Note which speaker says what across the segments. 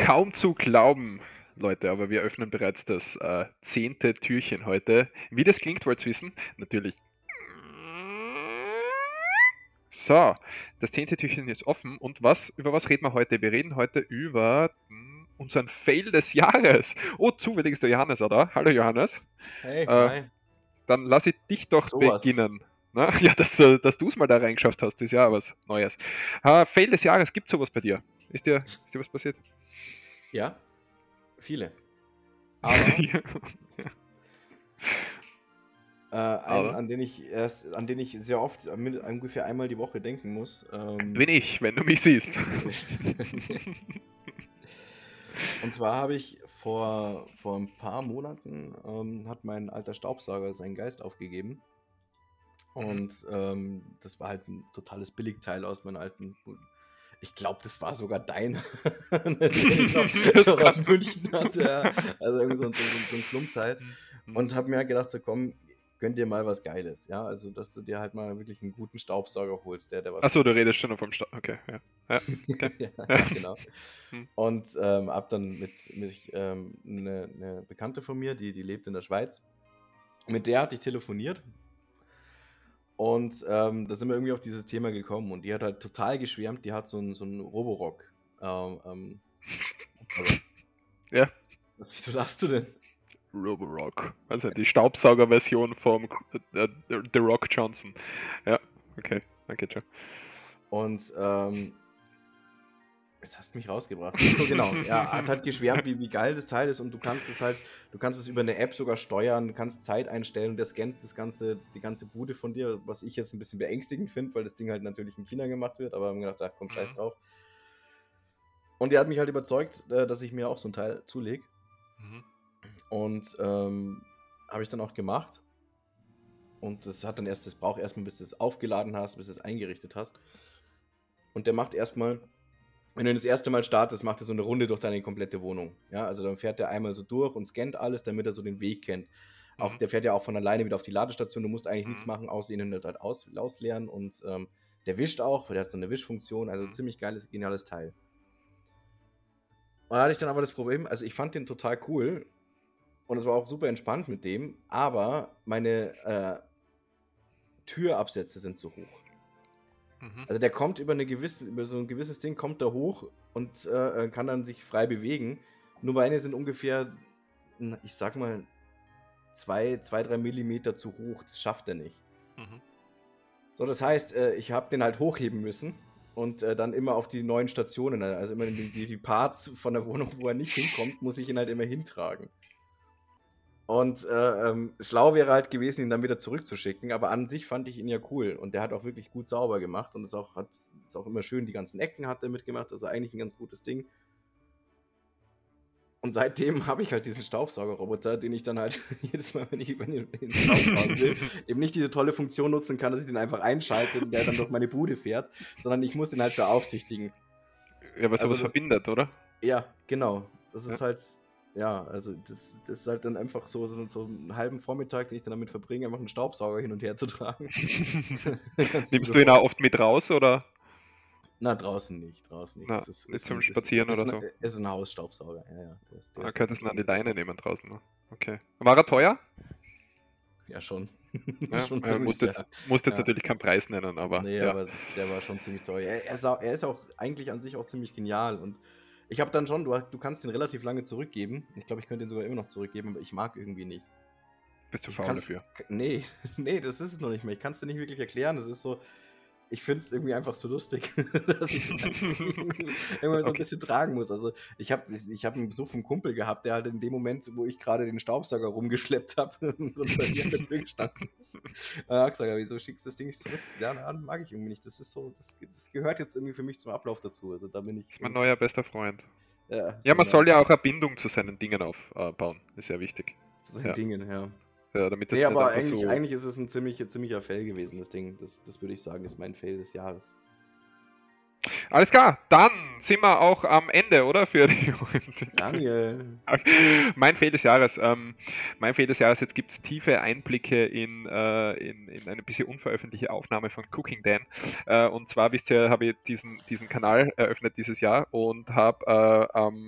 Speaker 1: Kaum zu glauben, Leute, aber wir öffnen bereits das 10. Türchen heute. Wie das klingt, wollt ihr wissen? Natürlich. So, das 10. Türchen ist offen und über was reden wir heute? Wir reden heute über unseren Fail des Jahres. Oh, zufällig ist der Johannes, oder? Hallo Johannes.
Speaker 2: Hey,
Speaker 1: Äh,
Speaker 2: hi.
Speaker 1: Dann lass ich dich doch
Speaker 2: Sowas.
Speaker 1: beginnen. Na? Ja, dass du es mal da reingeschafft hast, ist ja was Neues. Fail des Jahres, gibt es sowas bei dir? Ist dir was passiert?
Speaker 2: Ja, viele. Aber
Speaker 1: Ja.
Speaker 2: einen,
Speaker 1: Aber
Speaker 2: an den ich sehr oft, ungefähr einmal die Woche denken muss.
Speaker 1: bin ich, wenn du mich siehst.
Speaker 2: Und zwar habe ich vor ein paar Monaten, hat mein alter Staubsauger seinen Geist aufgegeben.
Speaker 1: Mhm.
Speaker 2: Und das war halt ein totales Billigteil aus meinem alten. Ich glaube, das war sogar dein, den ich
Speaker 1: Das
Speaker 2: noch aus
Speaker 1: kann.
Speaker 2: München hatte. Ja. Also irgendwie so ein Klumpteil.
Speaker 1: Mhm.
Speaker 2: Und habe mir halt gedacht, so komm, gönn dir mal was Geiles. Ja, also dass du dir halt mal wirklich einen guten Staubsauger holst, der was
Speaker 1: Achso,
Speaker 2: kann.
Speaker 1: du redest schon vom Start. Okay, ja. Ja, okay.
Speaker 2: Ja,
Speaker 1: Ja.
Speaker 2: genau.
Speaker 1: Hm.
Speaker 2: Und hab dann mit eine Bekannte von mir, die lebt in der Schweiz. Mit der hatte ich telefoniert. Und da sind wir irgendwie auf dieses Thema gekommen und die hat halt total geschwärmt, die hat so einen Roborock. Aber
Speaker 1: Ja,
Speaker 2: wieso lachst du denn?
Speaker 1: Roborock. Also die Staubsaugerversion vom The Rock Johnson. Ja, okay, danke, schon.
Speaker 2: Und jetzt hast du mich rausgebracht. Achso, genau. Ja, hat halt geschwärmt, wie geil das Teil ist und du kannst es über eine App sogar steuern, du kannst Zeit einstellen und der scannt die ganze Bude von dir, was ich jetzt ein bisschen beängstigend finde, weil das Ding halt natürlich in China gemacht wird, aber haben gedacht, ach komm, scheiß
Speaker 1: Mhm.
Speaker 2: drauf. Und der hat mich halt überzeugt, dass ich mir auch so ein Teil zulege.
Speaker 1: Mhm.
Speaker 2: Und habe ich dann auch gemacht. Und das braucht erstmal, bis du es aufgeladen hast, bis du es eingerichtet hast. Und der macht erstmal, wenn du das erste Mal startest, macht er so eine Runde durch deine komplette Wohnung. Ja, also dann fährt er einmal so durch und scannt alles, damit er so den Weg kennt. Auch
Speaker 1: Mhm.
Speaker 2: der fährt ja auch von alleine wieder auf die Ladestation. Du musst eigentlich nichts
Speaker 1: Mhm.
Speaker 2: machen, außer ihn halt ausleeren. Und der wischt auch, weil der hat so eine Wischfunktion. Also
Speaker 1: Mhm.
Speaker 2: ziemlich geiles, geniales Teil. Und da hatte ich dann aber das Problem, also ich fand den total cool. Und es war auch super entspannt mit dem. Aber meine Türabsätze sind zu hoch.
Speaker 1: Mhm.
Speaker 2: Also der kommt über so ein gewisses Ding kommt er hoch und kann dann sich frei bewegen. Nur meine sind ungefähr, ich sag mal, 3 Millimeter zu hoch. Das schafft er nicht.
Speaker 1: Mhm.
Speaker 2: So, das heißt, ich habe den halt hochheben müssen und dann immer auf die neuen Stationen, also immer die Parts von der Wohnung, wo er nicht hinkommt, muss ich ihn halt immer hintragen. Und schlau wäre halt gewesen, ihn dann wieder zurückzuschicken, aber an sich fand ich ihn ja cool und der hat auch wirklich gut sauber gemacht und ist auch immer schön, die ganzen Ecken hat er mitgemacht, also eigentlich ein ganz gutes Ding. Und seitdem habe ich halt diesen Staubsaugerroboter, den ich dann halt jedes Mal, wenn ich über den Staubsaugen will, eben nicht diese tolle Funktion nutzen kann, dass ich den einfach einschalte und der dann durch meine Bude fährt, sondern ich muss den halt beaufsichtigen.
Speaker 1: Ja, aber
Speaker 2: Also
Speaker 1: sowas verbindet, oder?
Speaker 2: ja, genau. Das
Speaker 1: Ja.
Speaker 2: ist halt, ja, also das ist halt dann einfach so einen halben Vormittag, den ich dann damit verbringe, einfach einen Staubsauger hin und her zu tragen. Ganz
Speaker 1: Nimmst du ihn
Speaker 2: liebevoll.
Speaker 1: auch oft mit raus oder
Speaker 2: Na, draußen nicht, draußen nicht.
Speaker 1: na,
Speaker 2: Das ist,
Speaker 1: nicht
Speaker 2: ist
Speaker 1: zum
Speaker 2: ein, ist,
Speaker 1: Spazieren
Speaker 2: ist
Speaker 1: oder
Speaker 2: ein,
Speaker 1: so?
Speaker 2: ist ein Hausstaubsauger. Ja, ja, der ist
Speaker 1: Könntest
Speaker 2: wirklich
Speaker 1: du ihn an die
Speaker 2: dann,
Speaker 1: Leine nehmen draußen. Ne? Okay. War er teuer?
Speaker 2: ja, schon.
Speaker 1: Ja,
Speaker 2: Schon ziemlich, ja.
Speaker 1: musst jetzt
Speaker 2: Ja.
Speaker 1: natürlich keinen Preis nennen, aber
Speaker 2: Nee,
Speaker 1: ja.
Speaker 2: aber der war schon ziemlich teuer. Er ist auch eigentlich an sich auch ziemlich genial. Und ich habe dann schon, du kannst den relativ lange zurückgeben. Ich glaube, ich könnte den sogar immer noch zurückgeben, aber ich mag irgendwie nicht.
Speaker 1: Bist du
Speaker 2: Ich
Speaker 1: faul
Speaker 2: kann's.
Speaker 1: dafür.
Speaker 2: Nee, nee, das ist es noch nicht mehr. Ich kann es dir nicht wirklich erklären. Das ist so. Ich finde es irgendwie einfach so lustig, dass ich den halt immer so ein
Speaker 1: Okay.
Speaker 2: bisschen tragen muss. Also ich hab einen Besuch vom Kumpel gehabt, der halt in dem Moment, wo ich gerade den Staubsauger rumgeschleppt habe und bei mir an der Tür gestanden ist, hat gesagt, "Ja, wieso schickst du das Ding nicht zurück?" Ja, na, mag ich irgendwie nicht. Das ist so, das gehört jetzt irgendwie für mich zum Ablauf dazu. Also da bin ich
Speaker 1: Ist mein
Speaker 2: irgendwie,
Speaker 1: neuer bester Freund.
Speaker 2: ja, ist
Speaker 1: Ja,
Speaker 2: mein
Speaker 1: man
Speaker 2: neuer
Speaker 1: soll ja
Speaker 2: Best.
Speaker 1: auch eine Bindung zu seinen Dingen aufbauen. Ist ja wichtig.
Speaker 2: Zu seinen
Speaker 1: Ja.
Speaker 2: Dingen, ja.
Speaker 1: Ja, damit
Speaker 2: Nee,
Speaker 1: das nicht
Speaker 2: aber
Speaker 1: einfach
Speaker 2: eigentlich,
Speaker 1: so.
Speaker 2: eigentlich ist es ein ziemlicher Fail gewesen, das Ding. Das würde ich sagen, ist mein Fail des Jahres.
Speaker 1: Alles klar, dann sind wir auch am Ende, oder? Für die
Speaker 2: Daniel.
Speaker 1: Mein Fail des Jahres. Mein Fail des Jahres, jetzt gibt es tiefe Einblicke in eine bisschen unveröffentlichte Aufnahme von Cooking Dan. Und zwar, wisst ihr, habe ich diesen Kanal eröffnet dieses Jahr und habe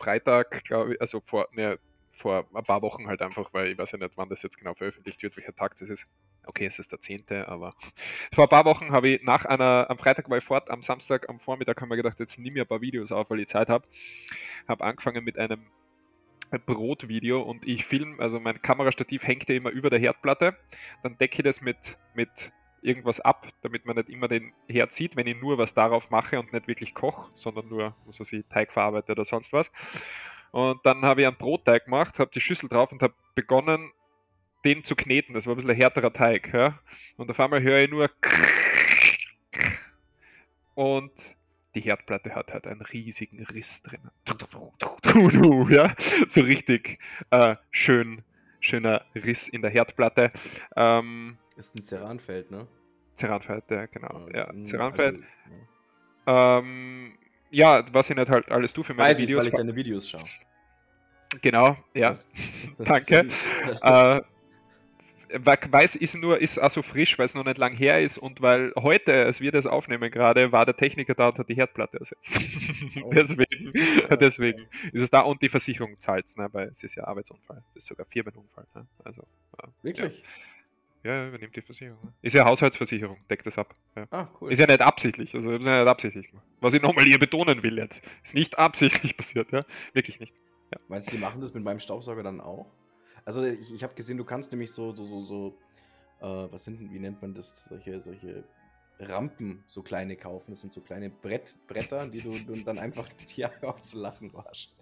Speaker 1: Freitag, glaube ich, also vor ein paar Wochen halt einfach, weil ich weiß ja nicht, wann das jetzt genau veröffentlicht wird, welcher Tag das ist. Okay, es ist der 10., aber vor ein paar Wochen habe ich am Freitag war ich fort, am Samstag, am Vormittag haben wir gedacht, jetzt nehme ich ein paar Videos auf, weil ich Zeit habe. Habe angefangen mit einem Brotvideo und ich filme, also mein Kamerastativ hängt ja immer über der Herdplatte, dann decke ich das mit irgendwas ab, damit man nicht immer den Herd sieht, wenn ich nur was darauf mache und nicht wirklich koche, sondern nur, was weiß ich, Teig verarbeite oder sonst was. Und dann habe ich einen Brotteig gemacht, habe die Schüssel drauf und habe begonnen, den zu kneten. Das war ein bisschen ein härterer Teig. Ja? Und auf einmal höre ich nur und die Herdplatte hat halt einen riesigen Riss drin. Ja? So richtig schöner Riss in der Herdplatte.
Speaker 2: Das ist ein Ceranfeld, ne?
Speaker 1: Ceranfeld, ja, genau. Ja,
Speaker 2: Also,
Speaker 1: Ceranfeld.
Speaker 2: ja.
Speaker 1: Ja, was ich nicht halt alles tue für meine
Speaker 2: Weiß ich,
Speaker 1: Videos.
Speaker 2: weil ich deine Videos schaue.
Speaker 1: Genau, ja. Danke. Weiß ist auch so frisch, weil es noch nicht lang her ist und weil heute, als wir das aufnehmen gerade, war der Techniker da und hat die Herdplatte ersetzt.
Speaker 2: Oh.
Speaker 1: Deswegen ist es da und die Versicherung zahlt es, ne, weil es ist ja Arbeitsunfall. Das ist sogar Firmenunfall. Ne? Also,
Speaker 2: Wirklich?
Speaker 1: Ja, übernimmt die Versicherung. Ne? Ist ja Haushaltsversicherung, deckt das ab. Ja.
Speaker 2: Ah, cool.
Speaker 1: Ist ja nicht absichtlich, also ist ja nicht absichtlich gemacht. Was ich nochmal hier betonen will jetzt, ist nicht absichtlich passiert, ja, wirklich nicht. Ja.
Speaker 2: Meinst du, die machen das mit meinem Staubsauger dann auch? Also ich habe gesehen, du kannst nämlich so wie nennt man das, solche Rampen, so kleine kaufen. Das sind so kleine Bretter, die du dann einfach, die auf zu lachen warst.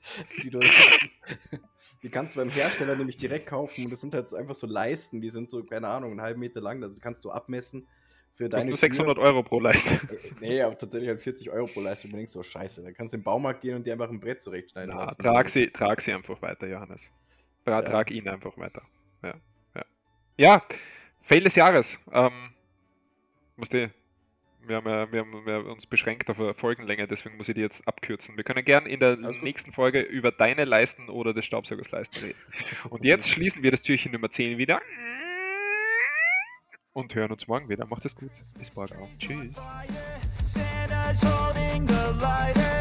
Speaker 2: Die kannst du beim Hersteller nämlich direkt kaufen und das sind halt so einfach so Leisten, die sind so, keine Ahnung, einen halben Meter lang, also kannst du abmessen für
Speaker 1: Das
Speaker 2: deine
Speaker 1: nur 600 Euro pro Leiste.
Speaker 2: Nee, aber tatsächlich halt 40 Euro pro Leiste. Und du denkst so, scheiße, dann kannst du im Baumarkt gehen und dir einfach ein Brett zurechtschneiden lassen.
Speaker 1: Trag sie einfach weiter, Johannes. Trag ihn einfach weiter. Ja, Fail des Jahres. Wir haben uns beschränkt auf eine Folgenlänge, deswegen muss ich die jetzt abkürzen. Wir können gern in der nächsten Folge über deine Leisten oder des Staubsaugers Leisten reden. Und jetzt schließen wir das Türchen Nummer 10 wieder und hören uns morgen wieder. Macht es gut. Bis morgen. Tschüss.